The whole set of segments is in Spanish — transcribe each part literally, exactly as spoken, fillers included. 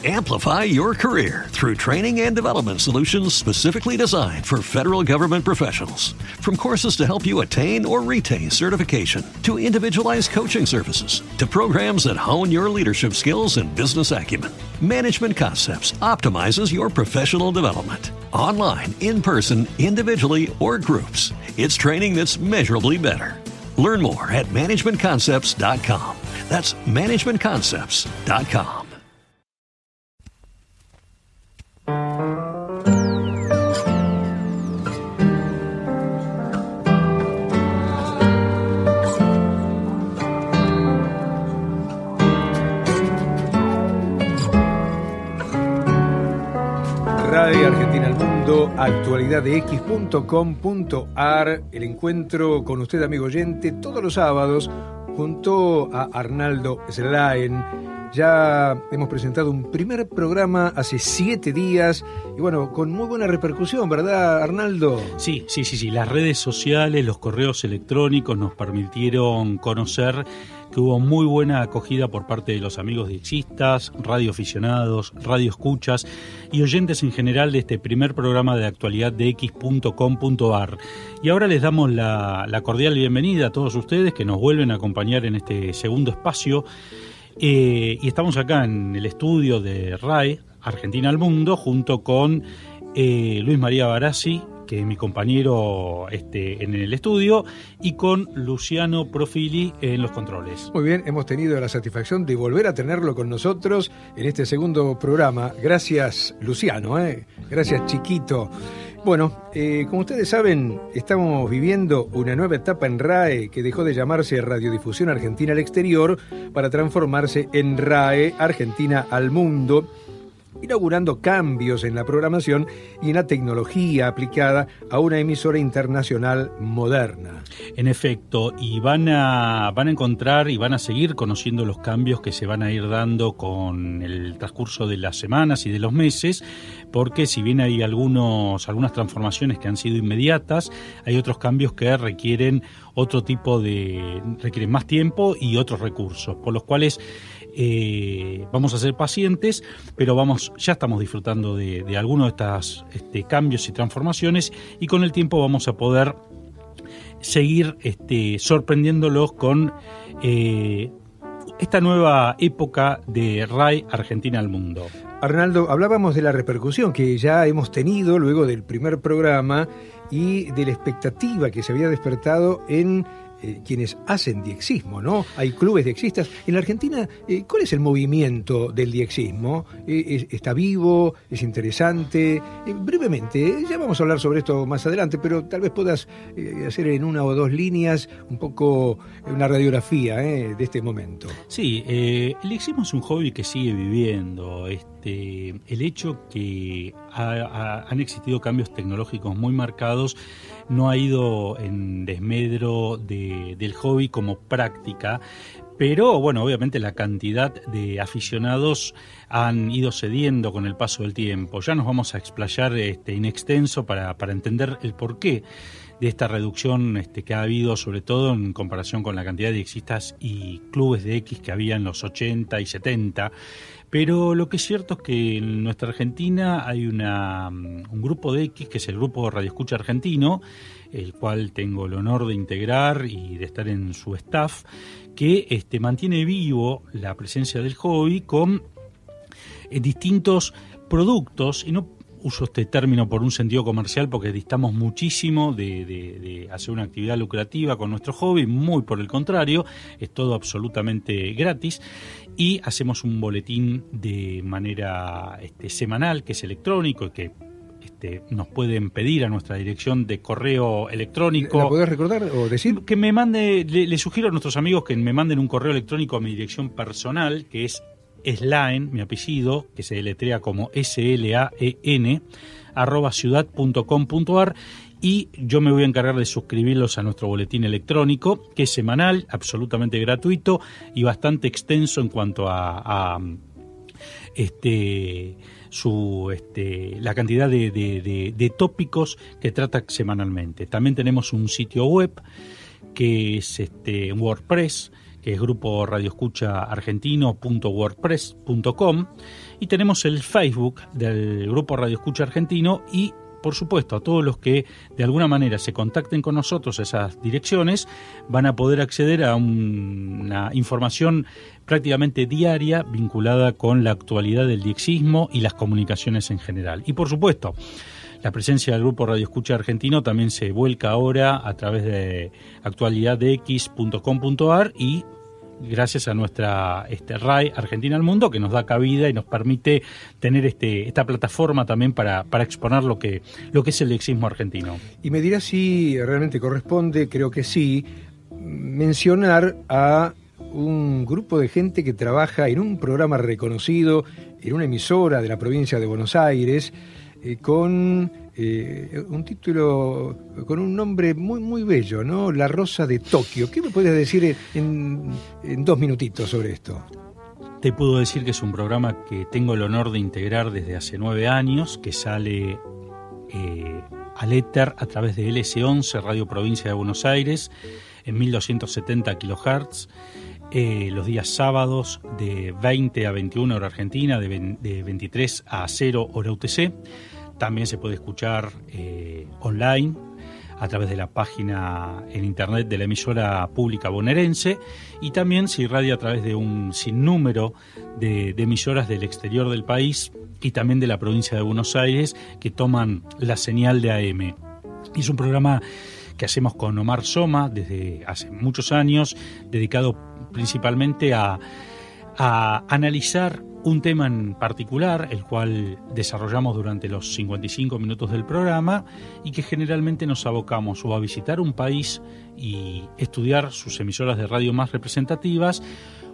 Amplify your career through training and development solutions specifically designed for federal government professionals. From courses to help you attain or retain certification, to individualized coaching services, to programs that hone your leadership skills and business acumen, Management Concepts optimizes your professional development. Online, in person, individually, or groups, it's training that's measurably better. Learn more at management concepts dot com. That's management concepts dot com. Radio Argentina al Mundo, actualidad de x punto com punto ar, el encuentro con usted, amigo oyente, todos los sábados, junto a Arnaldo Slaen. Ya hemos presentado un primer programa hace siete días y bueno, con muy buena repercusión, ¿verdad, Arnaldo? Sí, sí, sí, sí. Las redes sociales, los correos electrónicos nos permitieron conocer que hubo muy buena acogida por parte de los amigos diexistas, radioaficionados, radioescuchas y oyentes en general de este primer programa de actualidad de x punto com punto ar. Y ahora les damos la, la cordial bienvenida a todos ustedes que nos vuelven a acompañar en este segundo espacio. Eh, y estamos acá en el estudio de R A E, Argentina al Mundo, junto con eh, Luis María Barassi, que es mi compañero este, en el estudio, y con Luciano Profili en los controles. Muy bien, hemos tenido la satisfacción de volver a tenerlo con nosotros en este segundo programa. Gracias, Luciano, ¿eh? Gracias, chiquito. Bueno, eh, como ustedes saben, estamos viviendo una nueva etapa en R A E que dejó de llamarse Radiodifusión Argentina al Exterior para transformarse en R A E Argentina al Mundo, inaugurando cambios en la programación y en la tecnología aplicada a una emisora internacional moderna. En efecto, y van a, van a encontrar y van a seguir conociendo los cambios que se van a ir dando con el transcurso de las semanas y de los meses, porque si bien hay algunos, algunas transformaciones que han sido inmediatas, hay otros cambios que requieren otro tipo de, requieren más tiempo y otros recursos, por los cuales Eh, vamos a ser pacientes, pero vamos, ya estamos disfrutando de, de algunos de estos este, cambios y transformaciones, y con el tiempo vamos a poder seguir este, sorprendiéndolos con eh, esta nueva época de R A E Argentina al Mundo. Arnaldo, hablábamos de la repercusión que ya hemos tenido luego del primer programa y de la expectativa que se había despertado en Eh, quienes hacen diexismo, ¿no? Hay clubes diexistas. En la Argentina, eh, ¿cuál es el movimiento del diexismo? Eh, ¿Está vivo? ¿Es interesante? Eh, brevemente, ya vamos a hablar sobre esto más adelante, pero tal vez puedas eh, hacer en una o dos líneas un poco una radiografía eh, de este momento. Sí, eh, el diexismo es un hobby que sigue viviendo. Este, el hecho que ha, ha, han existido cambios tecnológicos muy marcados no ha ido en desmedro de, del hobby como práctica, pero bueno, obviamente la cantidad de aficionados han ido cediendo con el paso del tiempo. Ya nos vamos a explayar este, in extenso para, para entender el porqué de esta reducción este, que ha habido, sobre todo en comparación con la cantidad de diexistas y clubes de X que había en los ochenta y setenta. Pero lo que es cierto es que en nuestra Argentina hay una, un grupo de X, que es el Grupo Radio Escucha Argentino, el cual tengo el honor de integrar y de estar en su staff, que este, mantiene vivo la presencia del hobby con eh, distintos productos, y no uso este término por un sentido comercial porque distamos muchísimo de, de, de hacer una actividad lucrativa con nuestro hobby, muy por el contrario, es todo absolutamente gratis, y hacemos un boletín de manera este, semanal, que es electrónico y que este, nos pueden pedir a nuestra dirección de correo electrónico. ¿La podés recordar o decir? Que me mande, le, le sugiero a nuestros amigos que me manden un correo electrónico a mi dirección personal, que es Slaen, mi apellido, que se deletrea como S L A E N, arroba ciudad punto com punto ar, y yo me voy a encargar de suscribirlos a nuestro boletín electrónico, que es semanal, absolutamente gratuito y bastante extenso en cuanto a, a este su este la cantidad de, de, de, de tópicos que trata semanalmente. También tenemos un sitio web que es este WordPress, que es grupo radio escucha argentino punto wordpress punto com, y tenemos el Facebook del Grupo Radio Escucha Argentino y, por supuesto, a todos los que de alguna manera se contacten con nosotros, esas direcciones van a poder acceder a un, una información prácticamente diaria vinculada con la actualidad del diexismo y las comunicaciones en general. Y, por supuesto, la presencia del Grupo Radio Escucha Argentino también se vuelca ahora a través de actualidad de x punto com punto a r y gracias a nuestra este, R A I Argentina al Mundo, que nos da cabida y nos permite tener este, esta plataforma también para, para exponer lo que, lo que es el diexismo argentino. Y me dirá si realmente corresponde, creo que sí, mencionar a un grupo de gente que trabaja en un programa reconocido, en una emisora de la provincia de Buenos Aires, eh, con eh, un título, con un nombre muy muy bello, ¿no? La Rosa de Tokio. ¿Qué me puedes decir en, en dos minutitos sobre esto? Te puedo decir que es un programa que tengo el honor de integrar desde hace nueve años, que sale eh, al éter a través de L S once, Radio Provincia de Buenos Aires, en mil doscientos setenta kilohertz, eh, los días sábados de veinte a veintiuna hora argentina, de, de veintitrés a cero hora U T C. También se puede escuchar eh, online a través de la página en internet de la emisora pública bonaerense, y también se irradia a través de un sinnúmero de, de emisoras del exterior del país y también de la provincia de Buenos Aires que toman la señal de A M. Es un programa que hacemos con Omar Soma desde hace muchos años, dedicado principalmente a, a analizar un tema en particular, el cual desarrollamos durante los cincuenta y cinco minutos del programa, y que generalmente nos abocamos o a visitar un país y estudiar sus emisoras de radio más representativas,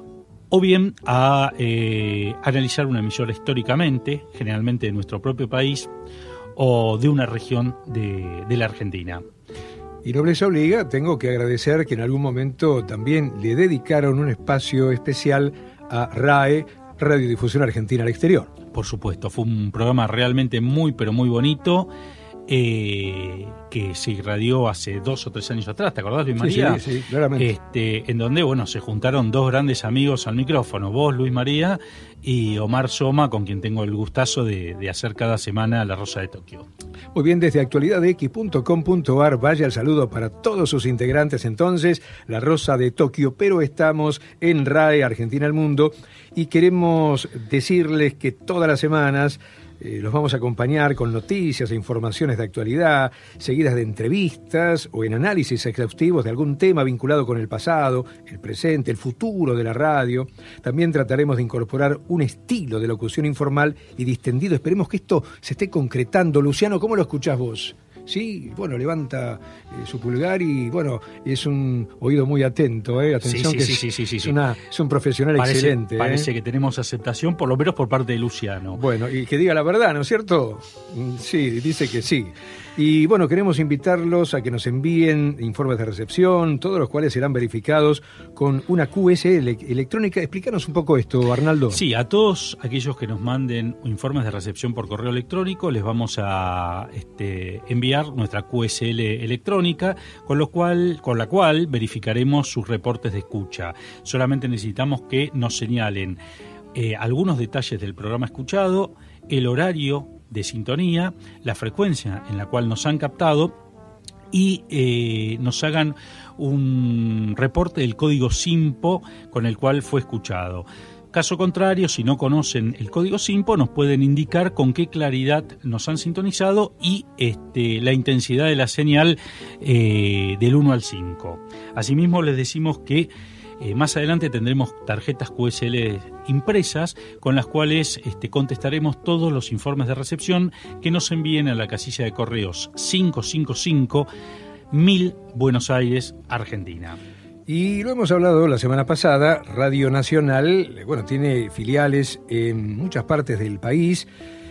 o bien a eh, analizar una emisora históricamente, generalmente de nuestro propio país o de una región de, de la Argentina. Y nobleza obliga, tengo que agradecer que en algún momento también le dedicaron un espacio especial a R A E, Radiodifusión Argentina al Exterior. Por supuesto, fue un programa realmente muy, pero muy bonito, eh, que se irradió hace dos o tres años atrás, ¿te acordás, Luis María? Sí, sí, sí, claramente. Este, en donde, bueno, se juntaron dos grandes amigos al micrófono, vos, Luis María, y Omar Soma, con quien tengo el gustazo de, de hacer cada semana La Rosa de Tokio. Muy bien, desde actualidad de x punto com punto a r, vaya el saludo para todos sus integrantes entonces, La Rosa de Tokio, pero estamos en R A E Argentina al Mundo y queremos decirles que todas las semanas Eh, los vamos a acompañar con noticias e informaciones de actualidad, seguidas de entrevistas o en análisis exhaustivos de algún tema vinculado con el pasado, el presente, el futuro de la radio. También trataremos de incorporar un estilo de locución informal y distendido. Esperemos que esto se esté concretando. Luciano, ¿cómo lo escuchás vos? Sí, bueno, levanta eh, su pulgar y, bueno, es un oído muy atento, ¿eh? Atención, sí, sí, que sí, es, sí, sí, sí, es, sí. Una, es un profesional parece, excelente. Parece ¿eh? que tenemos aceptación, por lo menos por parte de Luciano. Bueno, y que diga la verdad, ¿no es cierto? Sí, dice que sí. Y bueno, queremos invitarlos a que nos envíen informes de recepción, todos los cuales serán verificados con una Q S L electrónica. Explícanos un poco esto, Arnaldo. Sí, a todos aquellos que nos manden informes de recepción por correo electrónico les vamos a este, enviar nuestra Q S L electrónica, con lo cual, con la cual verificaremos sus reportes de escucha. Solamente necesitamos que nos señalen eh, algunos detalles del programa escuchado, el horario de sintonía, la frecuencia en la cual nos han captado y eh, nos hagan un reporte del código SINPO con el cual fue escuchado. Caso contrario, si no conocen el código SINPO, nos pueden indicar con qué claridad nos han sintonizado y este, la intensidad de la señal eh, del uno al cinco. Asimismo, les decimos que Eh, más adelante tendremos tarjetas Q S L impresas con las cuales este, contestaremos todos los informes de recepción que nos envíen a la casilla de correos cinco cinco cinco mil Buenos Aires, Argentina. Y lo hemos hablado la semana pasada, Radio Nacional, bueno, tiene filiales en muchas partes del país.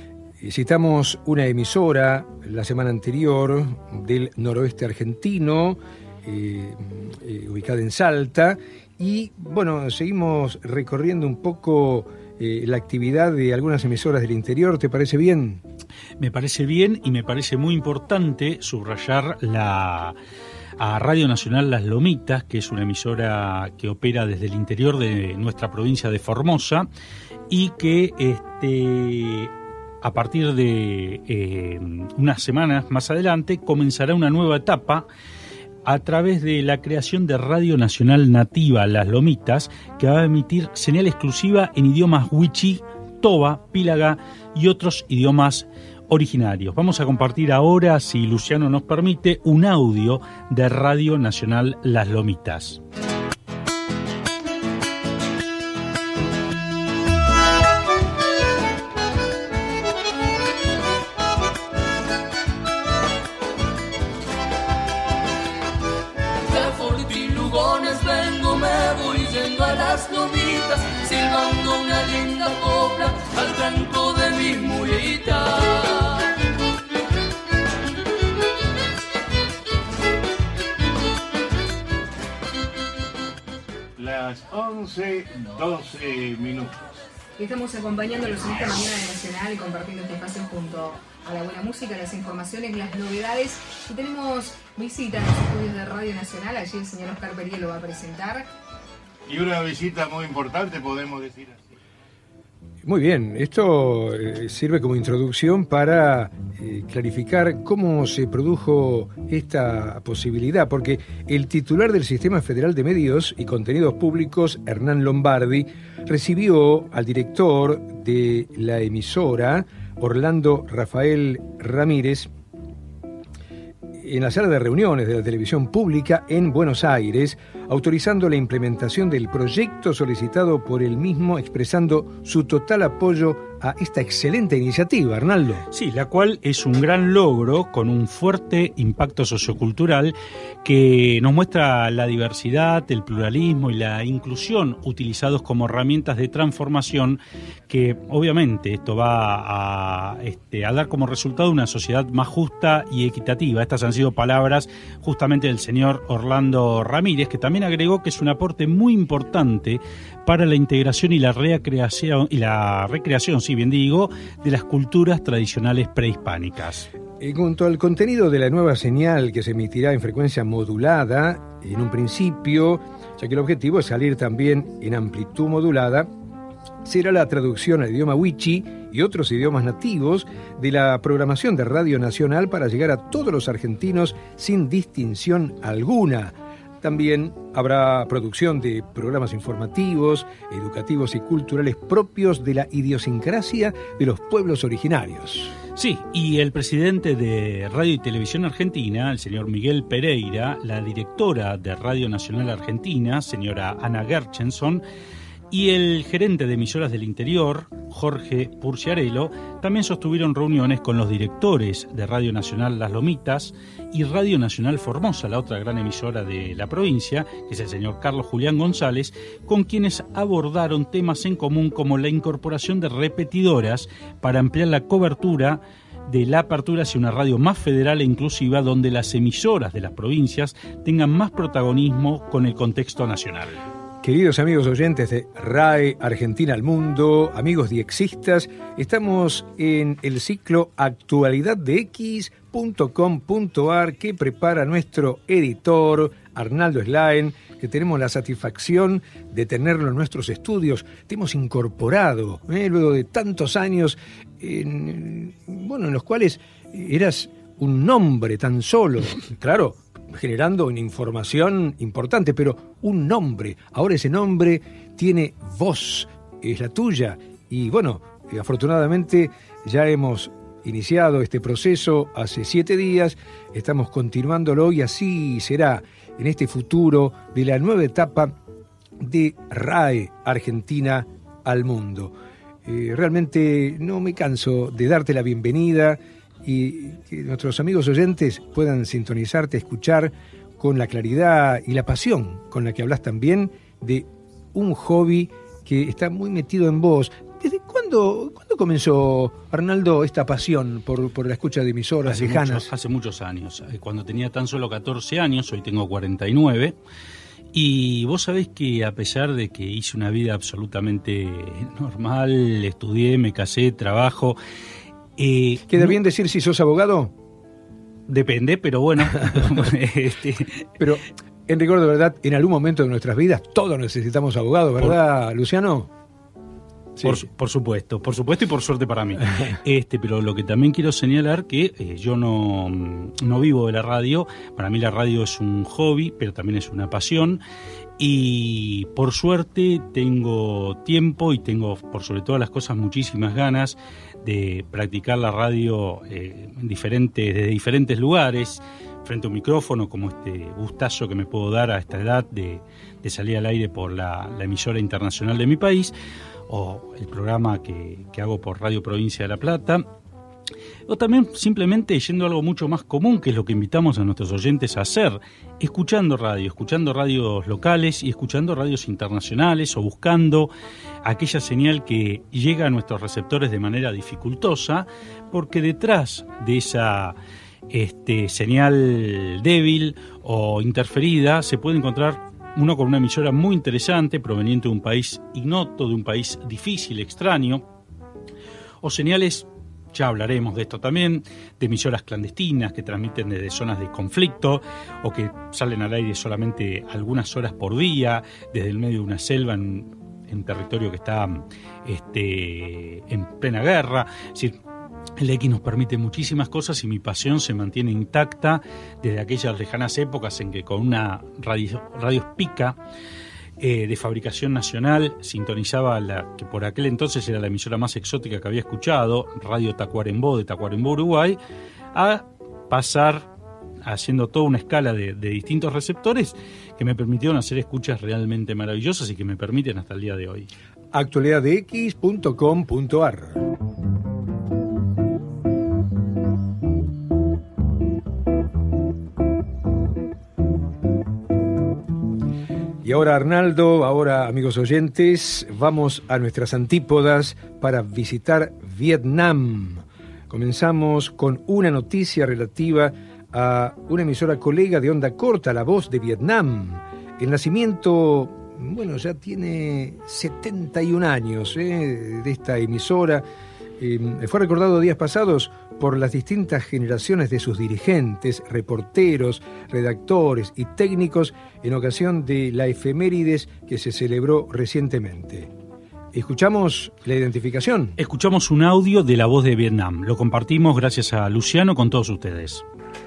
Citamos una emisora la semana anterior del noroeste argentino, eh, eh, ubicada en Salta. Y bueno, seguimos recorriendo un poco eh, la actividad de algunas emisoras del interior. ¿Te parece bien? Me parece bien y me parece muy importante subrayar la a Radio Nacional Las Lomitas, que es una emisora que opera desde el interior de nuestra provincia de Formosa y que este, a partir de eh, unas semanas más adelante comenzará una nueva etapa a través de la creación de Radio Nacional Nativa Las Lomitas, que va a emitir señal exclusiva en idiomas wichí, toba, pílaga y otros idiomas originarios. Vamos a compartir ahora, si Luciano nos permite, un audio de Radio Nacional Las Lomitas. Silbando una linda copla al canto de mis mulitas. Las once, doce minutos. Estamos acompañándolos en esta mañana de Nacional y compartiendo este espacio junto a la buena música, las informaciones, las novedades. Y tenemos visita en los estudios de Radio Nacional. Allí el señor Oscar Periel lo va a presentar. Y una visita muy importante, podemos decir así. Muy bien, esto eh, sirve como introducción para eh, clarificar cómo se produjo esta posibilidad, porque el titular del Sistema Federal de Medios y Contenidos Públicos, Hernán Lombardi, recibió al director de la emisora, Orlando Rafael Ramírez, en la sala de reuniones de la televisión pública en Buenos Aires, autorizando la implementación del proyecto solicitado por él mismo, expresando su total apoyo a esta excelente iniciativa, Arnaldo. Sí, la cual es un gran logro con un fuerte impacto sociocultural que nos muestra la diversidad, el pluralismo y la inclusión utilizados como herramientas de transformación, que obviamente esto va a, este, a dar como resultado una sociedad más justa y equitativa. Estas han sido palabras justamente del señor Orlando Ramírez, que también agregó que es un aporte muy importante para la integración y la recreación, y la recreación, sí bien digo, de las culturas tradicionales prehispánicas. En cuanto al contenido de la nueva señal que se emitirá en frecuencia modulada, en un principio, ya que el objetivo es salir también en amplitud modulada, será la traducción al idioma wichí y otros idiomas nativos de la programación de Radio Nacional para llegar a todos los argentinos sin distinción alguna. También habrá producción de programas informativos, educativos y culturales propios de la idiosincrasia de los pueblos originarios. Sí, y el presidente de Radio y Televisión Argentina, el señor Miguel Pereira, la directora de Radio Nacional Argentina, señora Ana Gerchenson, y el gerente de emisoras del interior, Jorge Purciarello, también sostuvieron reuniones con los directores de Radio Nacional Las Lomitas y Radio Nacional Formosa, la otra gran emisora de la provincia, que es el señor Carlos Julián González, con quienes abordaron temas en común como la incorporación de repetidoras para ampliar la cobertura de la apertura hacia una radio más federal e inclusiva, donde las emisoras de las provincias tengan más protagonismo con el contexto nacional. Queridos amigos oyentes de R A E Argentina al Mundo, amigos diexistas, estamos en el ciclo Actualidad de X punto com punto a r que prepara nuestro editor Arnaldo Slaen, que tenemos la satisfacción de tenerlo en nuestros estudios. Te hemos incorporado, ¿eh? luego de tantos años, en, bueno, en los cuales eras un nombre tan solo, claro, generando una información importante, pero un nombre. Ahora ese nombre tiene voz, es la tuya. Y bueno, eh, afortunadamente ya hemos iniciado este proceso hace siete días, estamos continuándolo y así será en este futuro de la nueva etapa de R A E Argentina al Mundo. Eh, realmente no me canso de darte la bienvenida y que nuestros amigos oyentes puedan sintonizarte, escuchar con la claridad y la pasión con la que hablas también de un hobby que está muy metido en vos. ¿Desde cuándo, cuándo comenzó, Arnaldo, esta pasión por, por la escucha de emisoras hace lejanas? Muchos, hace muchos años. Cuando tenía tan solo catorce años, hoy tengo cuarenta y nueve, y vos sabés que a pesar de que hice una vida absolutamente normal, estudié, me casé, trabajo... Eh, ¿Queda no, bien decir si sos abogado? Depende, pero bueno. este... Pero, en rigor de verdad, en algún momento de nuestras vidas todos necesitamos abogados, ¿verdad, por... Luciano? Sí. Por, por supuesto, por supuesto y por suerte para mí. Este, pero lo que también quiero señalar que eh, yo no, no vivo de la radio. Para mí la radio es un hobby, pero también es una pasión. Y por suerte tengo tiempo y tengo, por sobre todas las cosas, muchísimas ganas de practicar la radio eh, en diferentes, desde diferentes lugares, frente a un micrófono, como este gustazo que me puedo dar a esta edad de, de salir al aire por la, la emisora internacional de mi país, o el programa que, que hago por Radio Provincia de La Plata, o también simplemente yendo a algo mucho más común, que es lo que invitamos a nuestros oyentes a hacer, escuchando radio, escuchando radios locales y escuchando radios internacionales, o buscando aquella señal que llega a nuestros receptores de manera dificultosa, porque detrás de esa este, señal débil o interferida se puede encontrar uno con una emisora muy interesante, proveniente de un país ignoto, de un país difícil, extraño, o señales, ya hablaremos de esto también, de emisoras clandestinas que transmiten desde zonas de conflicto o que salen al aire solamente algunas horas por día, desde el medio de una selva en, en territorio que está este, en plena guerra. Es decir, el X nos permite muchísimas cosas y mi pasión se mantiene intacta desde aquellas lejanas épocas en que con una radio, radio pica eh, de fabricación nacional sintonizaba la que por aquel entonces era la emisora más exótica que había escuchado, Radio Tacuarembó de Tacuarembó, Uruguay, a pasar haciendo toda una escala de, de distintos receptores que me permitieron hacer escuchas realmente maravillosas y que me permiten hasta el día de hoy. actualidad de x punto com punto a r. Y ahora, Arnaldo, ahora, amigos oyentes, vamos a nuestras antípodas para visitar Vietnam. Comenzamos con una noticia relativa a una emisora colega de onda corta, La Voz de Vietnam. El nacimiento, bueno, ya tiene setenta y un años ¿eh? de esta emisora. Eh, fue recordado días pasados por las distintas generaciones de sus dirigentes, reporteros, redactores y técnicos en ocasión de la efemérides que se celebró recientemente. ¿Escuchamos la identificación? Escuchamos un audio de La Voz de Vietnam. Lo compartimos gracias a Luciano con todos ustedes.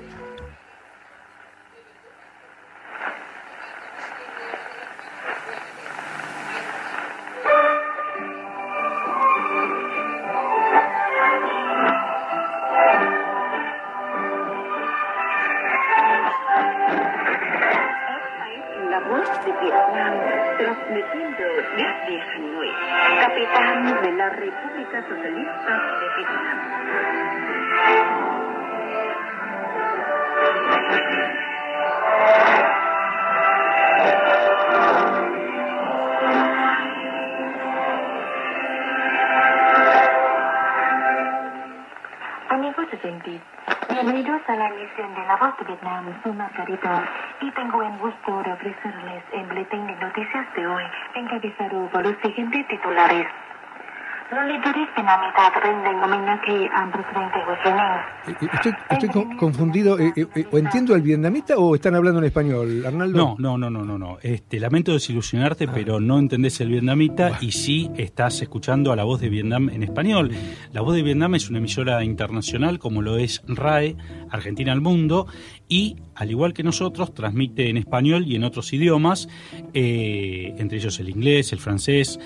Bienvenidos a la emisión de La Voz de Vietnam. Soy Margarita y tengo el gusto de ofrecerles el boletín de noticias de hoy, encabezado por los siguientes titulares. Los líderes vietnamitas rinden homenaje al presidente Ho Chi Minh. Estoy, estoy con, confundido. Eh, eh, ¿O entiendo el vietnamita o están hablando en español, Arnaldo? No, no, no, no, no. no. Este, lamento desilusionarte, ah. pero no entendés el vietnamita bah. y sí estás escuchando a La Voz de Vietnam en español. La Voz de Vietnam es una emisora internacional como lo es R A E, Argentina al Mundo, y al igual que nosotros transmite en español y en otros idiomas, eh, entre ellos el inglés, el francés,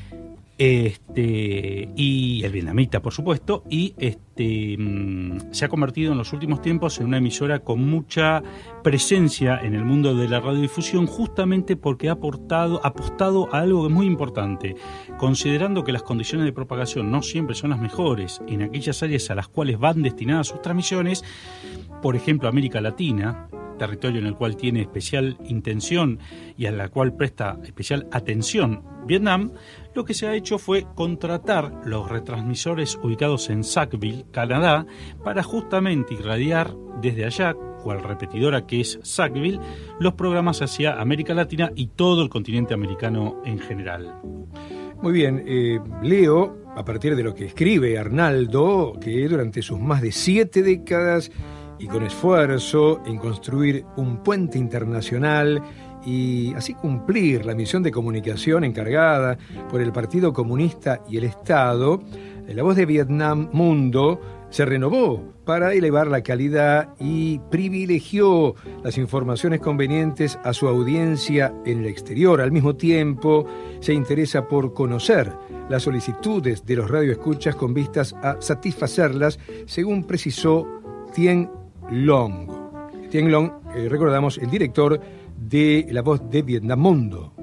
Este, y el vietnamita, por supuesto, y este se ha convertido en los últimos tiempos en una emisora con mucha presencia en el mundo de la radiodifusión, justamente porque ha aportado, apostado a algo muy importante, considerando que las condiciones de propagación no siempre son las mejores en aquellas áreas a las cuales van destinadas sus transmisiones, por ejemplo América Latina, territorio en el cual tiene especial intención y a la cual presta especial atención Vietnam. Lo que se ha hecho fue contratar los retransmisores ubicados en Sackville, Canadá, para justamente irradiar desde allá, cual repetidora que es Sackville, los programas hacia América Latina y todo el continente americano en general. Muy bien, eh, leo, a partir de lo que escribe Arnaldo, que durante sus más de siete décadas y con esfuerzo en construir un puente internacional y así cumplir la misión de comunicación encargada por el Partido Comunista y el Estado, La Voz de Vietnam Mundo se renovó para elevar la calidad y privilegió las informaciones convenientes a su audiencia en el exterior. Al mismo tiempo, se interesa por conocer las solicitudes de los radioescuchas con vistas a satisfacerlas, según precisó Tien Long. Tien Long, eh, recordamos, el director de La Voz de Vietnam Mundo.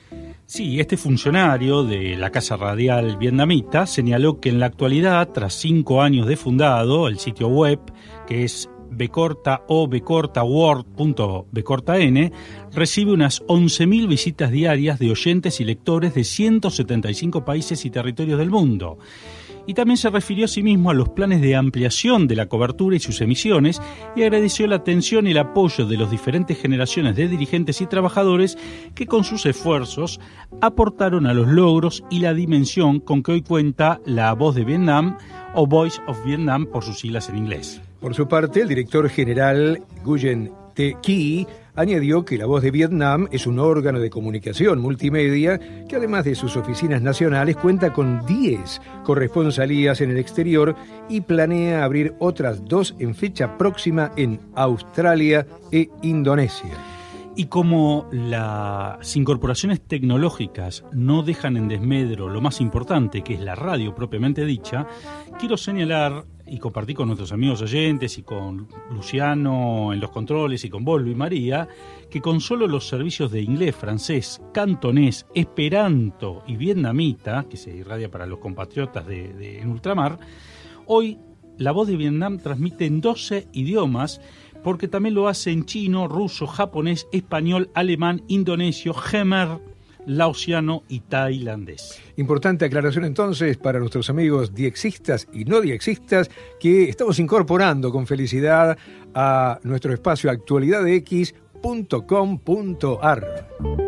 Sí, este funcionario de la Casa Radial vietnamita señaló que en la actualidad, tras cinco años de fundado, el sitio web, que es bcorta o bcortaword punto bcortan, recibe unas once mil visitas diarias de oyentes y lectores de ciento setenta y cinco países y territorios del mundo. Y también se refirió a sí mismo a los planes de ampliación de la cobertura y sus emisiones y agradeció la atención y el apoyo de las diferentes generaciones de dirigentes y trabajadores que con sus esfuerzos aportaron a los logros y la dimensión con que hoy cuenta La Voz de Vietnam o Voice of Vietnam por sus siglas en inglés. Por su parte, el director general Nguyen T. Ky añadió que La Voz de Vietnam es un órgano de comunicación multimedia que, además de sus oficinas nacionales, cuenta con diez corresponsalías en el exterior y planea abrir otras dos en fecha próxima en Australia e Indonesia. Y como las incorporaciones tecnológicas no dejan en desmedro lo más importante, que es la radio propiamente dicha, quiero señalar y compartir con nuestros amigos oyentes y con Luciano en los controles y con vos, Luis María, que con solo los servicios de inglés, francés, cantonés, esperanto y vietnamita, que se irradia para los compatriotas de, de en ultramar, hoy La Voz de Vietnam transmite en doce idiomas, porque también lo hace en chino, ruso, japonés, español, alemán, indonesio, jemer, laosiano y tailandés. Importante aclaración entonces para nuestros amigos diexistas y no diexistas que estamos incorporando con felicidad a nuestro espacio actualidad de x punto com punto a r.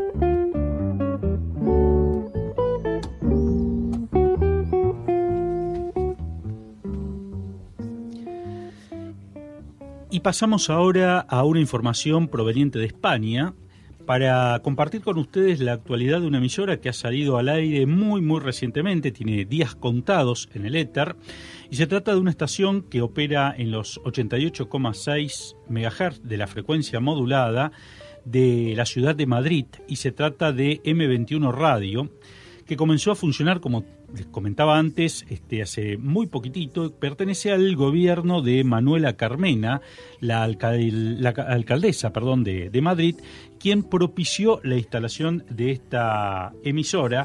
Y pasamos ahora a una información proveniente de España para compartir con ustedes la actualidad de una emisora que ha salido al aire muy muy recientemente, tiene días contados en el éter, y se trata de una estación que opera en los ochenta y ocho coma seis megahertz de la frecuencia modulada de la ciudad de Madrid, y se trata de eme veintiuno Radio, que comenzó a funcionar, como les comentaba antes, este, hace muy poquitito. Pertenece al gobierno de Manuela Carmena, la, alcal- la alcaldesa perdón, de, de Madrid, quien propició la instalación de esta emisora,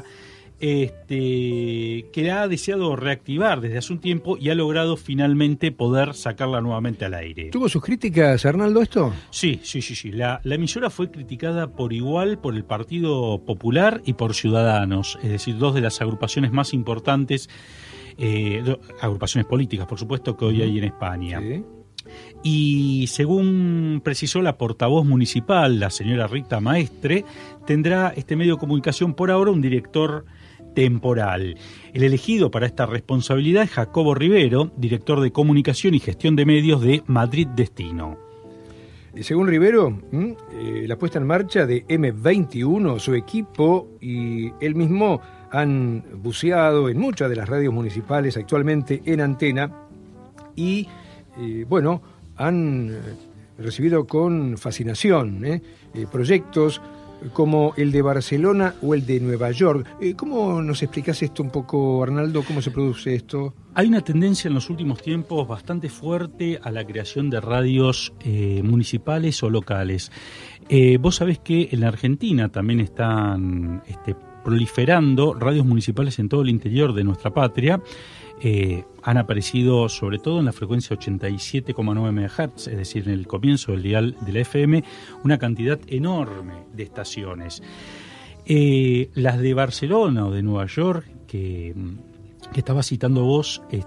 este, que ha deseado reactivar desde hace un tiempo y ha logrado finalmente poder sacarla nuevamente al aire. ¿Tuvo sus críticas, Arnaldo, esto? Sí, sí, sí, sí. La, la emisora fue criticada por igual por el Partido Popular y por Ciudadanos, es decir, dos de las agrupaciones más importantes, eh, agrupaciones políticas, por supuesto, que hoy hay en España. Sí. Y según precisó la portavoz municipal, la señora Rita Maestre, tendrá este medio de comunicación por ahora un director temporal. El elegido para esta responsabilidad es Jacobo Rivero, director de comunicación y gestión de medios de Madrid Destino. Según Rivero, eh, la puesta en marcha de eme veintiuno, su equipo y él mismo han buceado en muchas de las radios municipales actualmente en antena y, eh, bueno, han recibido con fascinación ¿eh? Eh, proyectos como el de Barcelona o el de Nueva York. Eh, ¿Cómo nos explicás esto un poco, Arnaldo? ¿Cómo se produce esto? Hay una tendencia en los últimos tiempos bastante fuerte a la creación de radios eh, municipales o locales. Eh, vos sabés que en la Argentina también están este, proliferando radios municipales en todo el interior de nuestra patria. Eh, han aparecido sobre todo en la frecuencia ochenta y siete coma nueve megahertz, es decir, en el comienzo del dial de la F M, una cantidad enorme de estaciones. Eh, las de Barcelona o de Nueva York, que, que estaba citando vos, eh,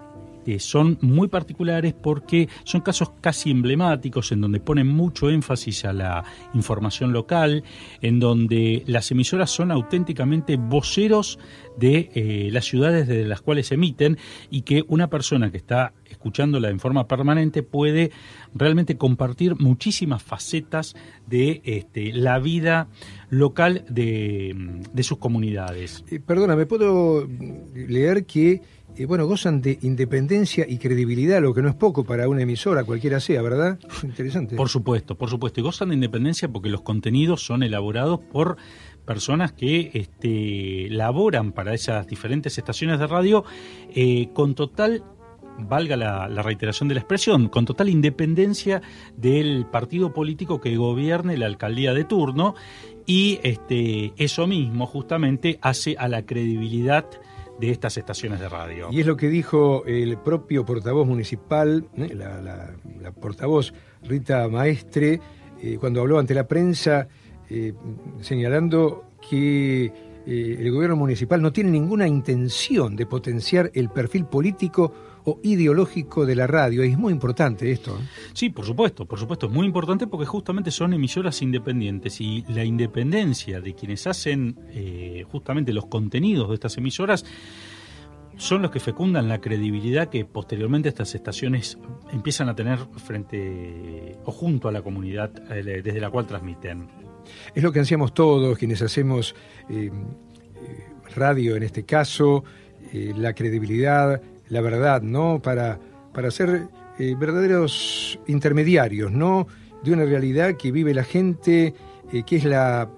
este, son muy particulares porque son casos casi emblemáticos en donde ponen mucho énfasis a la información local, en donde las emisoras son auténticamente voceros de eh, las ciudades de las cuales emiten, y que una persona que está escuchándola en forma permanente puede realmente compartir muchísimas facetas de este, la vida local de, de sus comunidades. Eh, perdona, ¿me puedo leer que eh, bueno, gozan de independencia y credibilidad, lo que no es poco para una emisora, cualquiera sea, ¿verdad? Interesante. Por supuesto, por supuesto. Y gozan de independencia porque los contenidos son elaborados por personas que este, laboran para esas diferentes estaciones de radio eh, con total, valga la, la reiteración de la expresión, con total independencia del partido político que gobierne la alcaldía de turno, y este, eso mismo justamente hace a la credibilidad de estas estaciones de radio. Y es lo que dijo el propio portavoz municipal, ¿eh? la, la, la portavoz Rita Maestre, eh, cuando habló ante la prensa, eh, señalando que eh, el gobierno municipal no tiene ninguna intención de potenciar el perfil político o ideológico de la radio. Es muy importante esto, ¿eh? Sí, por supuesto, por supuesto, es muy importante porque justamente son emisoras independientes, y la independencia de quienes hacen eh, justamente los contenidos de estas emisoras son los que fecundan la credibilidad que posteriormente estas estaciones empiezan a tener frente o junto a la comunidad eh, desde la cual transmiten. Es lo que hacíamos todos, quienes hacemos eh, radio en este caso, eh, la credibilidad, la verdad, ¿no? Para, para ser eh, verdaderos intermediarios, ¿no? De una realidad que vive la gente, eh, que es la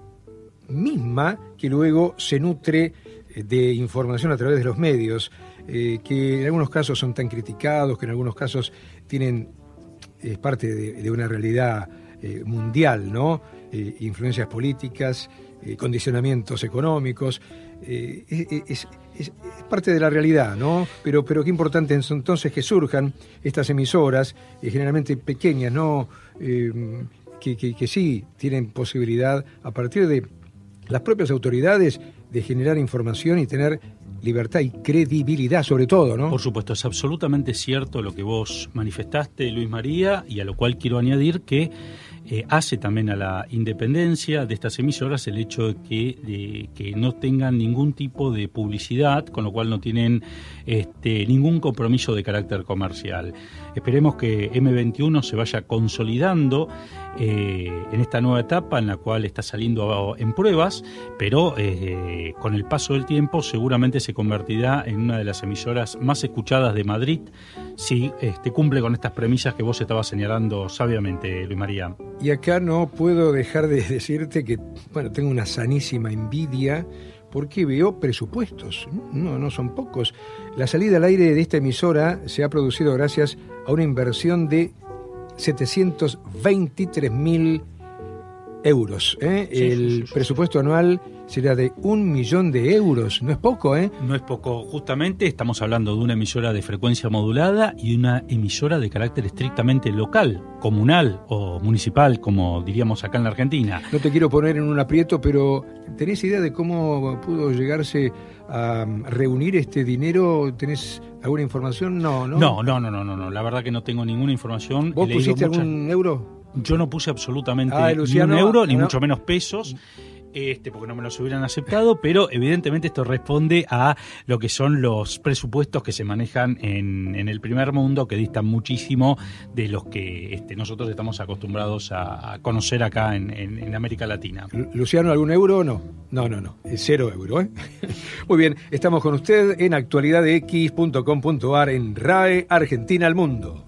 misma que luego se nutre de información a través de los medios, eh, que en algunos casos son tan criticados, que en algunos casos tienen, es parte de, de una realidad eh, mundial, ¿no? Eh, influencias políticas, eh, condicionamientos económicos, eh, es, es, es parte de la realidad, ¿no? Pero, pero qué importante es entonces que surjan estas emisoras, eh, generalmente pequeñas, ¿no? Eh, que, que, que sí tienen posibilidad, a partir de las propias autoridades, de generar información y tener libertad y credibilidad, sobre todo, ¿no? Por supuesto, es absolutamente cierto lo que vos manifestaste, Luis María, y a lo cual quiero añadir que eh, hace también a la independencia de estas emisoras el hecho de que, de, que no tengan ningún tipo de publicidad, con lo cual no tienen este, ningún compromiso de carácter comercial. Esperemos que eme veintiuno se vaya consolidando eh, en esta nueva etapa en la cual está saliendo en pruebas, pero eh, con el paso del tiempo seguramente se convertirá en una de las emisoras más escuchadas de Madrid si este, cumple con estas premisas que vos estabas señalando sabiamente, Luis María. Y acá no puedo dejar de decirte que, bueno, tengo una sanísima envidia porque veo presupuestos, no, no son pocos. La salida al aire de esta emisora se ha producido gracias a una inversión de setecientos veintitrés mil euros. ¿eh? Sí, El sí, sí, sí, presupuesto anual será de un millón de euros. No es poco, ¿eh? No es poco. Justamente estamos hablando de una emisora de frecuencia modulada y una emisora de carácter estrictamente local, comunal o municipal, como diríamos acá en la Argentina. No te quiero poner en un aprieto, pero ¿tenés idea de cómo pudo llegarse a reunir este dinero? ¿Tenés alguna información? No, no. No, no, no, no, no, no. La verdad que no tengo ninguna información. ¿Vos He leído pusiste muchas... algún euro? Yo no puse absolutamente Ah, ni Luciano, un euro, ni no. mucho menos pesos. Este, porque no me los hubieran aceptado, pero evidentemente esto responde a lo que son los presupuestos que se manejan en, en el primer mundo, que distan muchísimo de los que este, nosotros estamos acostumbrados a, a conocer acá en, en, en América Latina. Luciano, ¿algún euro o no? No, no, no, es cero euro, ¿eh? Muy bien, estamos con usted en actualidad x punto com punto a r en R A E Argentina al Mundo.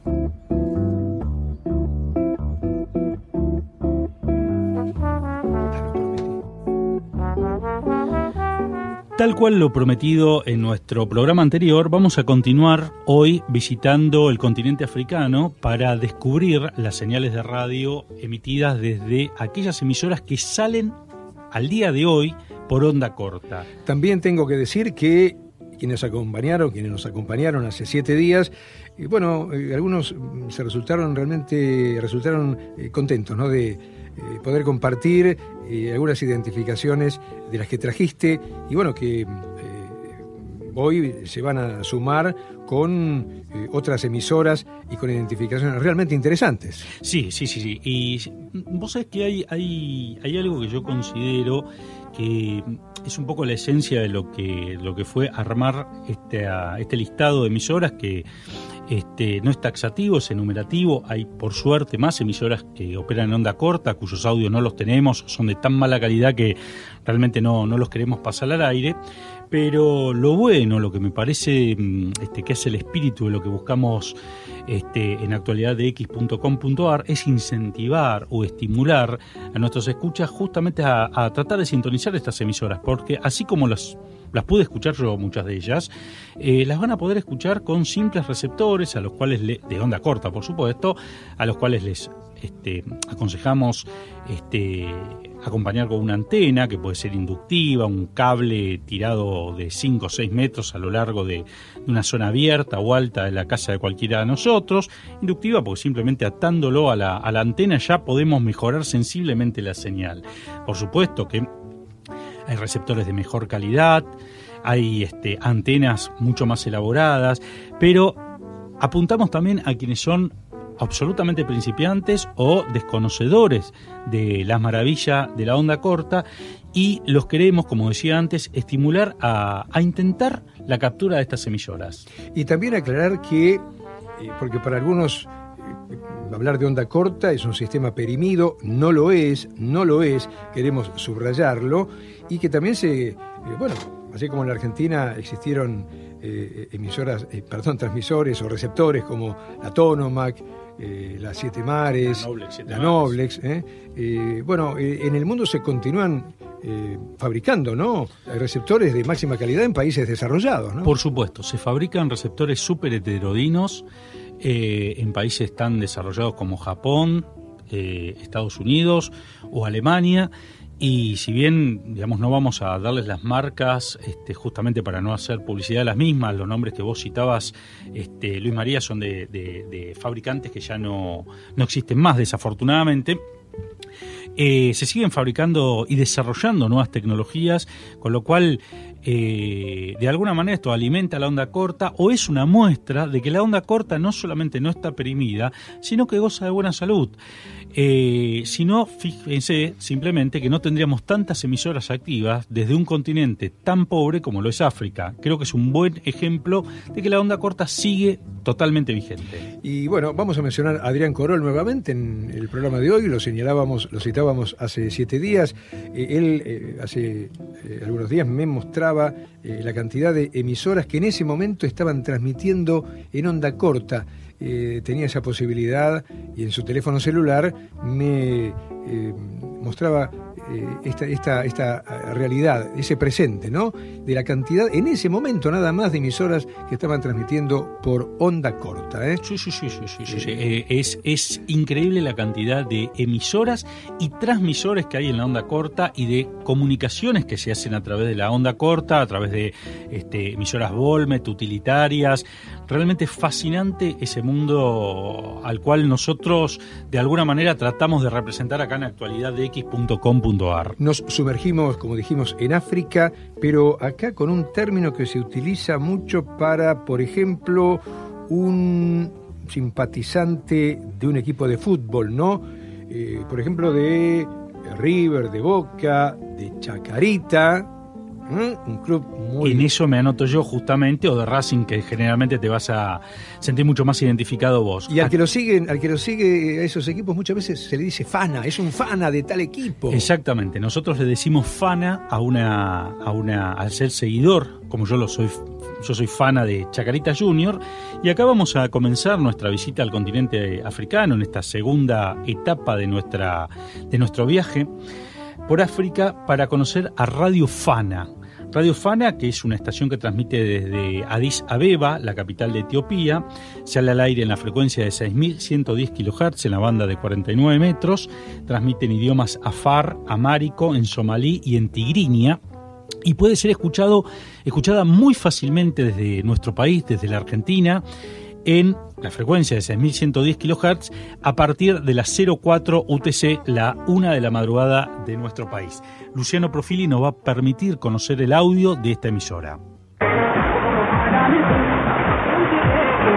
Tal cual lo prometido en nuestro programa anterior, vamos a continuar hoy visitando el continente africano para descubrir las señales de radio emitidas desde aquellas emisoras que salen al día de hoy por onda corta. También tengo que decir que quienes acompañaron, quienes nos acompañaron hace siete días, y bueno, eh, algunos se resultaron realmente resultaron eh, contentos, ¿no? De eh, poder compartir eh, algunas identificaciones de las que trajiste y bueno, que eh, hoy se van a sumar con eh, otras emisoras y con identificaciones realmente interesantes. Sí, sí, sí, sí. Y vos sabés que hay, hay, hay algo que yo considero que es un poco la esencia de lo que, lo que fue armar este, a, este listado de emisoras que este, no es taxativo, es enumerativo. Hay, por suerte, más emisoras que operan en onda corta, cuyos audios no los tenemos, son de tan mala calidad que realmente no, no los queremos pasar al aire. Pero lo bueno, lo que me parece este, que es el espíritu de lo que buscamos este, en actualidad de x punto com punto a r es incentivar o estimular a nuestros escuchas justamente a, a tratar de sintonizar estas emisoras, porque así como las, las pude escuchar yo, muchas de ellas, eh, las van a poder escuchar con simples receptores, a los cuales le, de onda corta, por supuesto, a los cuales les este, aconsejamos este, acompañar con una antena que puede ser inductiva, un cable tirado de cinco o seis metros a lo largo de, de una zona abierta o alta de la casa de cualquiera de nosotros. Inductiva porque simplemente atándolo a la, a la antena ya podemos mejorar sensiblemente la señal. Por supuesto que hay receptores de mejor calidad, hay este, antenas mucho más elaboradas, pero apuntamos también a quienes son absolutamente principiantes o desconocedores de las maravillas de la onda corta, y los queremos, como decía antes, estimular a, a intentar la captura de estas emisoras. Y también aclarar que, eh, porque para algunos eh, hablar de onda corta es un sistema perimido, no lo es, no lo es, queremos subrayarlo, y que también se, eh, bueno, así como en la Argentina existieron eh, emisoras, eh, perdón, transmisores o receptores como la Tonomac, Eh, las Siete Mares, la Noblex, siete la Noblex eh. Eh, bueno, eh, en el mundo se continúan eh, fabricando, ¿no?, receptores de máxima calidad en países desarrollados, ¿no? Por supuesto, se fabrican receptores súper heterodinos eh, en países tan desarrollados como Japón, eh, Estados Unidos o Alemania. Y si bien, digamos, no vamos a darles las marcas este, justamente para no hacer publicidad de las mismas, los nombres que vos citabas, este, Luis María, son de, de, de fabricantes que ya no, no existen más, desafortunadamente. Eh, se siguen fabricando y desarrollando nuevas tecnologías, con lo cual eh, de alguna manera esto alimenta la onda corta, o es una muestra de que la onda corta no solamente no está perimida, sino que goza de buena salud. Eh, si no, fíjense simplemente que no tendríamos tantas emisoras activas desde un continente tan pobre como lo es África. Creo que es un buen ejemplo de que la onda corta sigue totalmente vigente. Y bueno, vamos a mencionar a Adrián Corol nuevamente en el programa de hoy. Lo señalábamos, lo citábamos hace siete días. Eh, él eh, hace eh, algunos días me mostraba eh, la cantidad de emisoras que en ese momento estaban transmitiendo en onda corta. Eh, tenía esa posibilidad y en su teléfono celular me eh, mostraba eh, esta, esta, esta realidad, ese presente, ¿no?, de la cantidad, en ese momento nada más, de emisoras que estaban transmitiendo por onda corta. ¿eh? Sí, sí, sí, sí, sí, sí, sí. Eh, es, es increíble la cantidad de emisoras y transmisores que hay en la onda corta y de comunicaciones que se hacen a través de la onda corta, a través de este, emisoras Volmet, utilitarias. Realmente fascinante ese mundo al cual nosotros de alguna manera tratamos de representar acá en actualidad de x punto com punto a r. Nos sumergimos, como dijimos, en África, pero acá con un término que se utiliza mucho para, por ejemplo, un simpatizante de un equipo de fútbol, ¿no? Eh, por ejemplo, de River, de Boca, de Chacarita. ¿Mm? Un club muy... En eso me anoto yo justamente, o de Racing, que generalmente te vas a sentir mucho más identificado vos. Y al que lo siguen, al que lo sigue a esos equipos muchas veces se le dice fana, es un fana de tal equipo. Exactamente, nosotros le decimos fana a una, a una, al ser seguidor, como yo lo soy. Yo soy fana de Chacarita Junior, y acá vamos a comenzar nuestra visita al continente africano en esta segunda etapa de nuestra, de nuestro viaje por África, para conocer a Radio Fana. Radio Fana, que es una estación que transmite desde Addis Abeba, la capital de Etiopía, sale al aire en la frecuencia de seis mil ciento diez kilohertz en la banda de cuarenta y nueve metros, transmite en idiomas afar, amárico, en somalí y en tigrinia, y puede ser escuchado, escuchada muy fácilmente desde nuestro país, desde la Argentina, en la frecuencia de seis mil ciento diez kilohertz a partir de las cero cuatro U T C, la una de la madrugada de nuestro país. Luciano Profili nos va a permitir conocer el audio de esta emisora.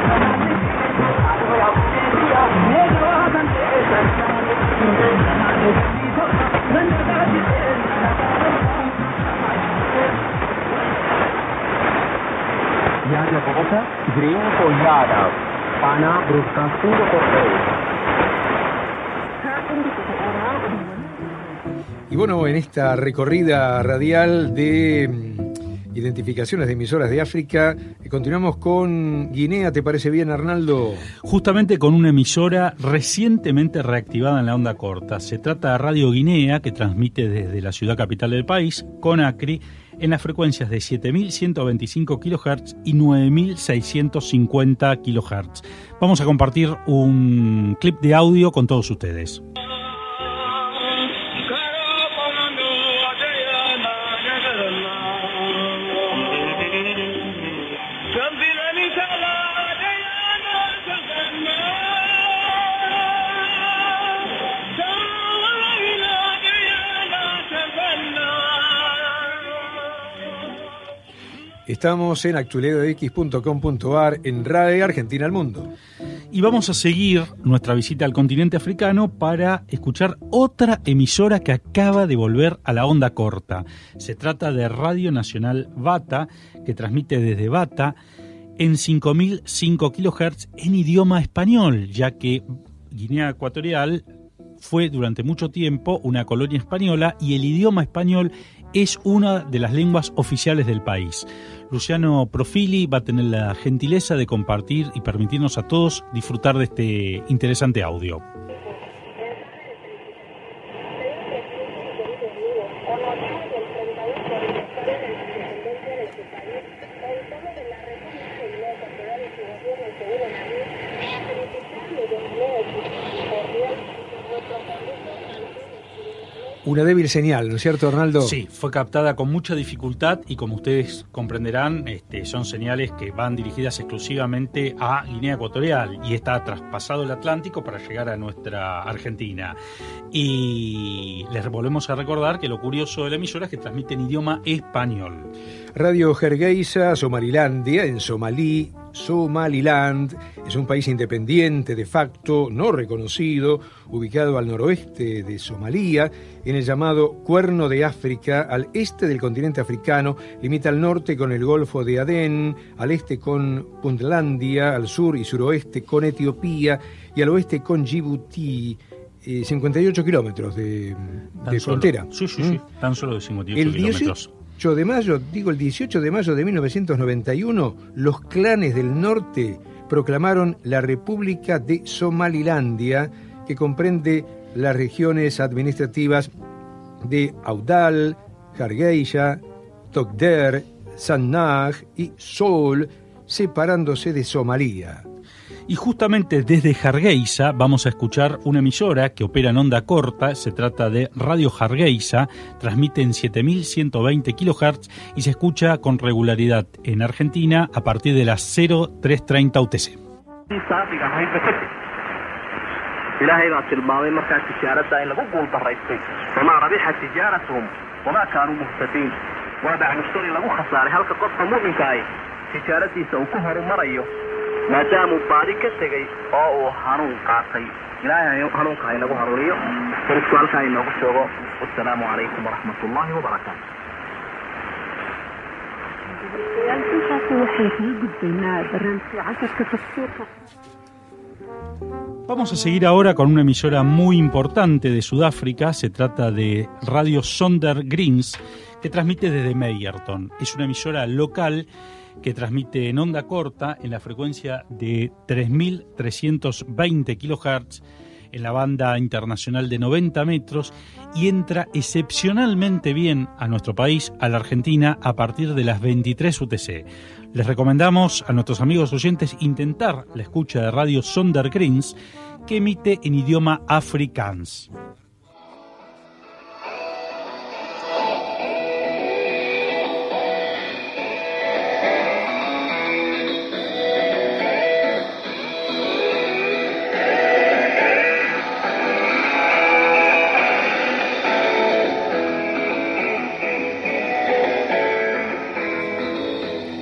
Y bueno, en esta recorrida radial de mm, identificaciones de emisoras de África, eh, continuamos con Guinea, ¿te parece bien, Arnaldo? Justamente con una emisora recientemente reactivada en la onda corta. Se trata de Radio Guinea, que transmite desde la ciudad capital del país, Conakry, en las frecuencias de siete mil ciento veinticinco kilohertz y nueve mil seiscientos cincuenta kilohertz. Vamos a compartir un clip de audio con todos ustedes. Estamos en actualidad x punto com punto a r en Radio Argentina al Mundo. Y vamos a seguir nuestra visita al continente africano para escuchar otra emisora que acaba de volver a la onda corta. Se trata de Radio Nacional Bata, que transmite desde Bata en cinco mil cinco kilohertz en idioma español, ya que Guinea Ecuatorial fue durante mucho tiempo una colonia española y el idioma español es una de las lenguas oficiales del país. Luciano Profili va a tener la gentileza de compartir y permitirnos a todos disfrutar de este interesante audio. Una débil señal, ¿no es cierto, Arnaldo? Sí, fue captada con mucha dificultad y como ustedes comprenderán, este, son señales que van dirigidas exclusivamente a Guinea Ecuatorial y está traspasado el Atlántico para llegar a nuestra Argentina. Y les volvemos a recordar que lo curioso de la emisora es que transmite en idioma español. Radio Hargeisa, Somalilandia, en Somalí, Somaliland, es un país independiente de facto, no reconocido, ubicado al noroeste de Somalia, en el llamado Cuerno de África, al este del continente africano, limita al norte con el Golfo de Adén, al este con Puntlandia, al sur y suroeste con Etiopía y al oeste con Djibouti. Eh, cincuenta y ocho kilómetros de, de frontera. Sí, sí, sí, ¿Mm? tan solo de cincuenta y ocho el kilómetros. dieciocho de mayo, digo el dieciocho de mayo de mil novecientos noventa y uno, los clanes del norte proclamaron la República de Somalilandia, que comprende las regiones administrativas de Audal, Hargeisa, Togder, Sannag y Sol, separándose de Somalia. Y justamente desde Hargeisa vamos a escuchar una emisora que opera en onda corta. Se trata de Radio Hargeisa, transmite en siete mil ciento veinte kilohertz y se escucha con regularidad en Argentina a partir de las cero tres treinta U T C. ilaahay baa tilmaamay markaa tijaarada in lagu guulbaraystay wamaa rabixa tijaaratuhum wamaa kaanuu muhtadiin waa bacmushtari lagu khasaaray halka qofka mu'minka ah tijaaradiisa uu ku horumarayo maadaamuu baadi ka tegay oo uu hanuun qaatay. ilaahay hanuunka inagu haruuriyo. fariisku halkaa inoogu joogo. wassalaamu calaykum waraxmatullaahi wabarakaatu. waxay kaga gudbaynaa barnaamijka casharka dastuurka. Vamos a seguir ahora con una emisora muy importante de Sudáfrica. Se trata de Radio Sonder Greens, que transmite desde Meyerton. Es una emisora local que transmite en onda corta en la frecuencia de tres mil trescientos veinte kilohertz en la banda internacional de noventa metros y entra excepcionalmente bien a nuestro país, a la Argentina, a partir de las veintitrés U T C. Les recomendamos a nuestros amigos oyentes intentar la escucha de Radio Sonder Greens, que emite en idioma afrikaans.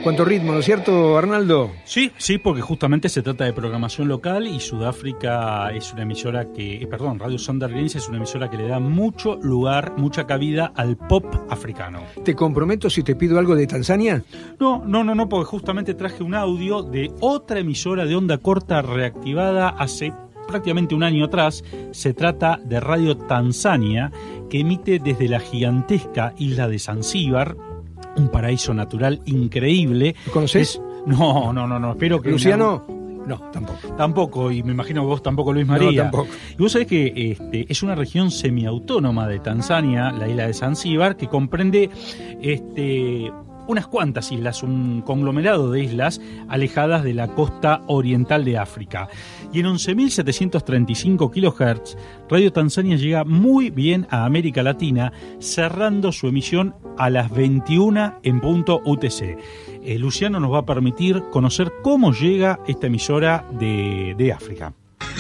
Cuánto ritmo, ¿no es cierto, Arnaldo? Sí, sí, porque justamente se trata de programación local y Sudáfrica es una emisora que, eh, perdón, Radio Sanderlense es una emisora que le da mucho lugar, mucha cabida al pop africano. ¿Te comprometo si te pido algo de Tanzania? No, no, no, no, porque justamente traje un audio de otra emisora de onda corta reactivada hace prácticamente un año atrás. Se trata de Radio Tanzania, que emite desde la gigantesca isla de Zanzíbar, un paraíso natural increíble. ¿Lo conoces? Es, no, no, no, no, espero que... ¿Luciano? No, tampoco. Tampoco, y me imagino que vos tampoco, Luis María. No, tampoco. Y vos sabés que este, es una región semiautónoma de Tanzania, la isla de Zanzíbar, que comprende este, unas cuantas islas, un conglomerado de islas alejadas de la costa oriental de África. Y en once mil setecientos treinta y cinco kilohertz, Radio Tanzania llega muy bien a América Latina, cerrando su emisión a las veintiuna en punto U T C. Eh, Luciano nos va a permitir conocer cómo llega esta emisora de, de África.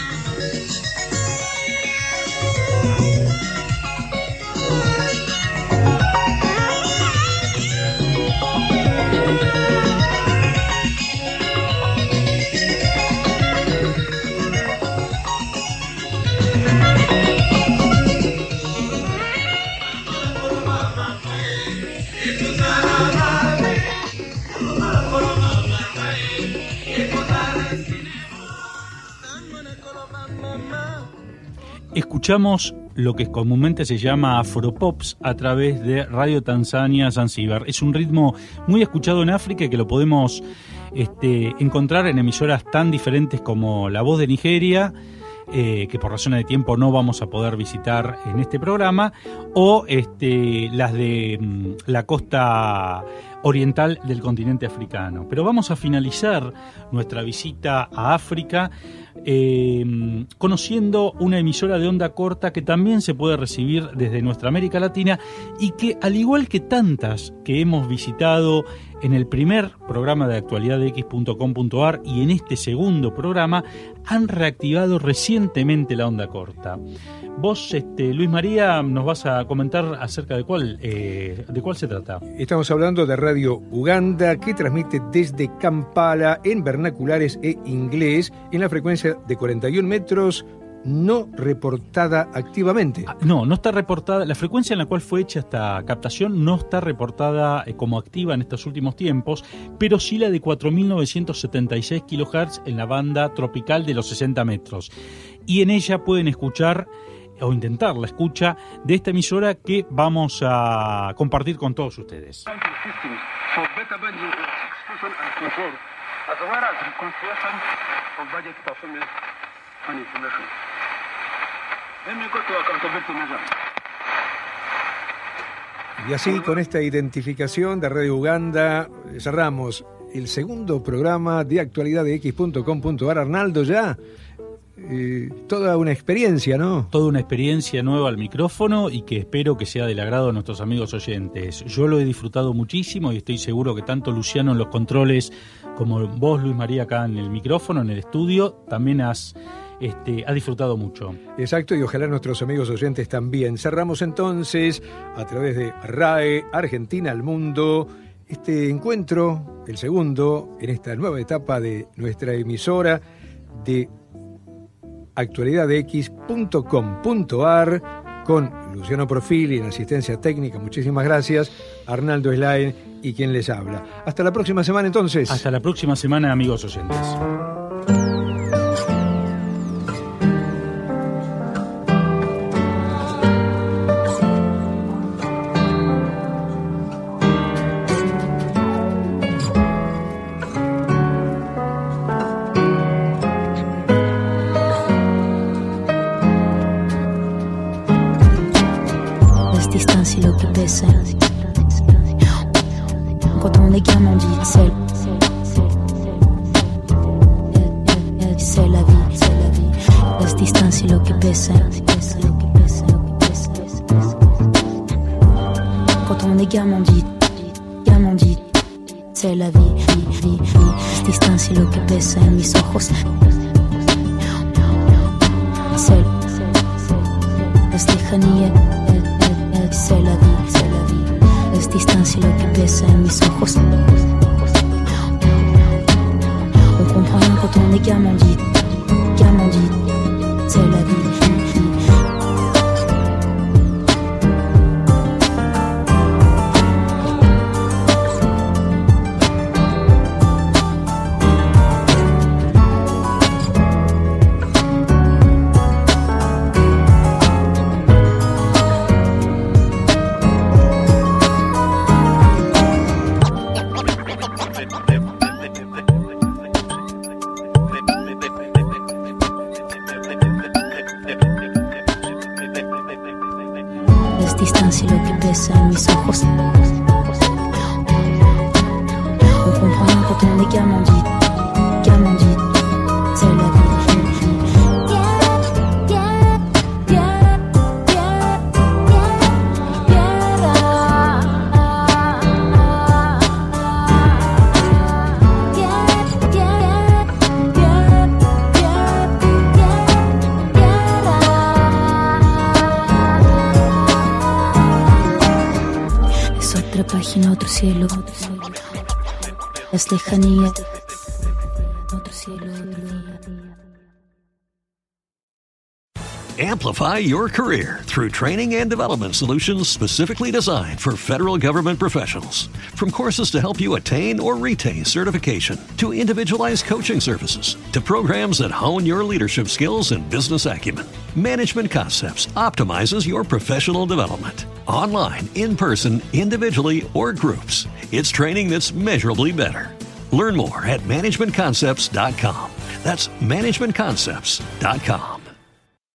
Escuchamos lo que comúnmente se llama Afropops a través de Radio Tanzania Zanzíbar. Es un ritmo muy escuchado en África y que lo podemos este, encontrar en emisoras tan diferentes como La Voz de Nigeria, eh, que por razones de tiempo no vamos a poder visitar en este programa, o este, las de mm, la costa oriental del continente africano. Pero vamos a finalizar nuestra visita a África eh, conociendo una emisora de onda corta que también se puede recibir desde nuestra América Latina y que, al igual que tantas que hemos visitado en el primer programa de actualidad de X punto com punto a r y en este segundo programa, han reactivado recientemente la onda corta. Vos, este, Luis María, nos vas a comentar acerca de cuál, eh, de cuál se trata. Estamos hablando de Radio Uganda, que transmite desde Kampala en vernaculares e inglés en la frecuencia de cuarenta y un metros, no reportada activamente. No, no está reportada. La frecuencia en la cual fue hecha esta captación no está reportada eh, como activa en estos últimos tiempos, pero sí la de cuatro mil novecientos setenta y seis kilohertz en la banda tropical de los sesenta metros. Y en ella pueden escuchar o intentar la escucha de esta emisora que vamos a compartir con todos ustedes. Y así, con esta identificación de Radio Uganda, cerramos el segundo programa de actualidad de X punto com punto a r. Arnaldo, ya eh, toda una experiencia, ¿no? Toda una experiencia nueva al micrófono y que espero que sea del agrado de nuestros amigos oyentes. Yo lo he disfrutado muchísimo y estoy seguro que tanto Luciano en los controles como vos, Luis María, acá en el micrófono, en el estudio, también has... Este, ha disfrutado mucho. Exacto, y ojalá nuestros amigos oyentes también. Cerramos entonces, a través de R A E, Argentina al Mundo, este encuentro, el segundo, en esta nueva etapa de nuestra emisora de actualidad de X punto com punto a r, con Luciano Profili en asistencia técnica. Muchísimas gracias, Arnaldo Slain y quien les habla. Hasta la próxima semana entonces. Hasta la próxima semana, amigos oyentes. Quand on est gamin, on dit c'est, c'est la vie, c'est la vie. Las distancias lo que pesa. Quand on est gamin, on dit, gamin, on dit c'est la vie, vie, vie, vie. Las distancias lo que pesa en mis ojos. C'est, es lejanía, c'est la vie, c'est la vie. Es distancia lo que pesa en mis ojos. quand on est gamin dit, gamin dit, c'est la vie. Distancia lo que pesa en mis ojos. On comprend rien quand on est gamin dit, gamin dit, c'est la vie. Página, otro cielo, las lejanías, otro cielo, Amplify your career through training and development solutions specifically designed for federal government professionals. From courses to help you attain or retain certification, to individualized coaching services, to programs that hone your leadership skills and business acumen, Management Concepts optimizes your professional development. Online, in person, individually, or groups, it's training that's measurably better. Learn more at management concepts dot com. That's management concepts dot com.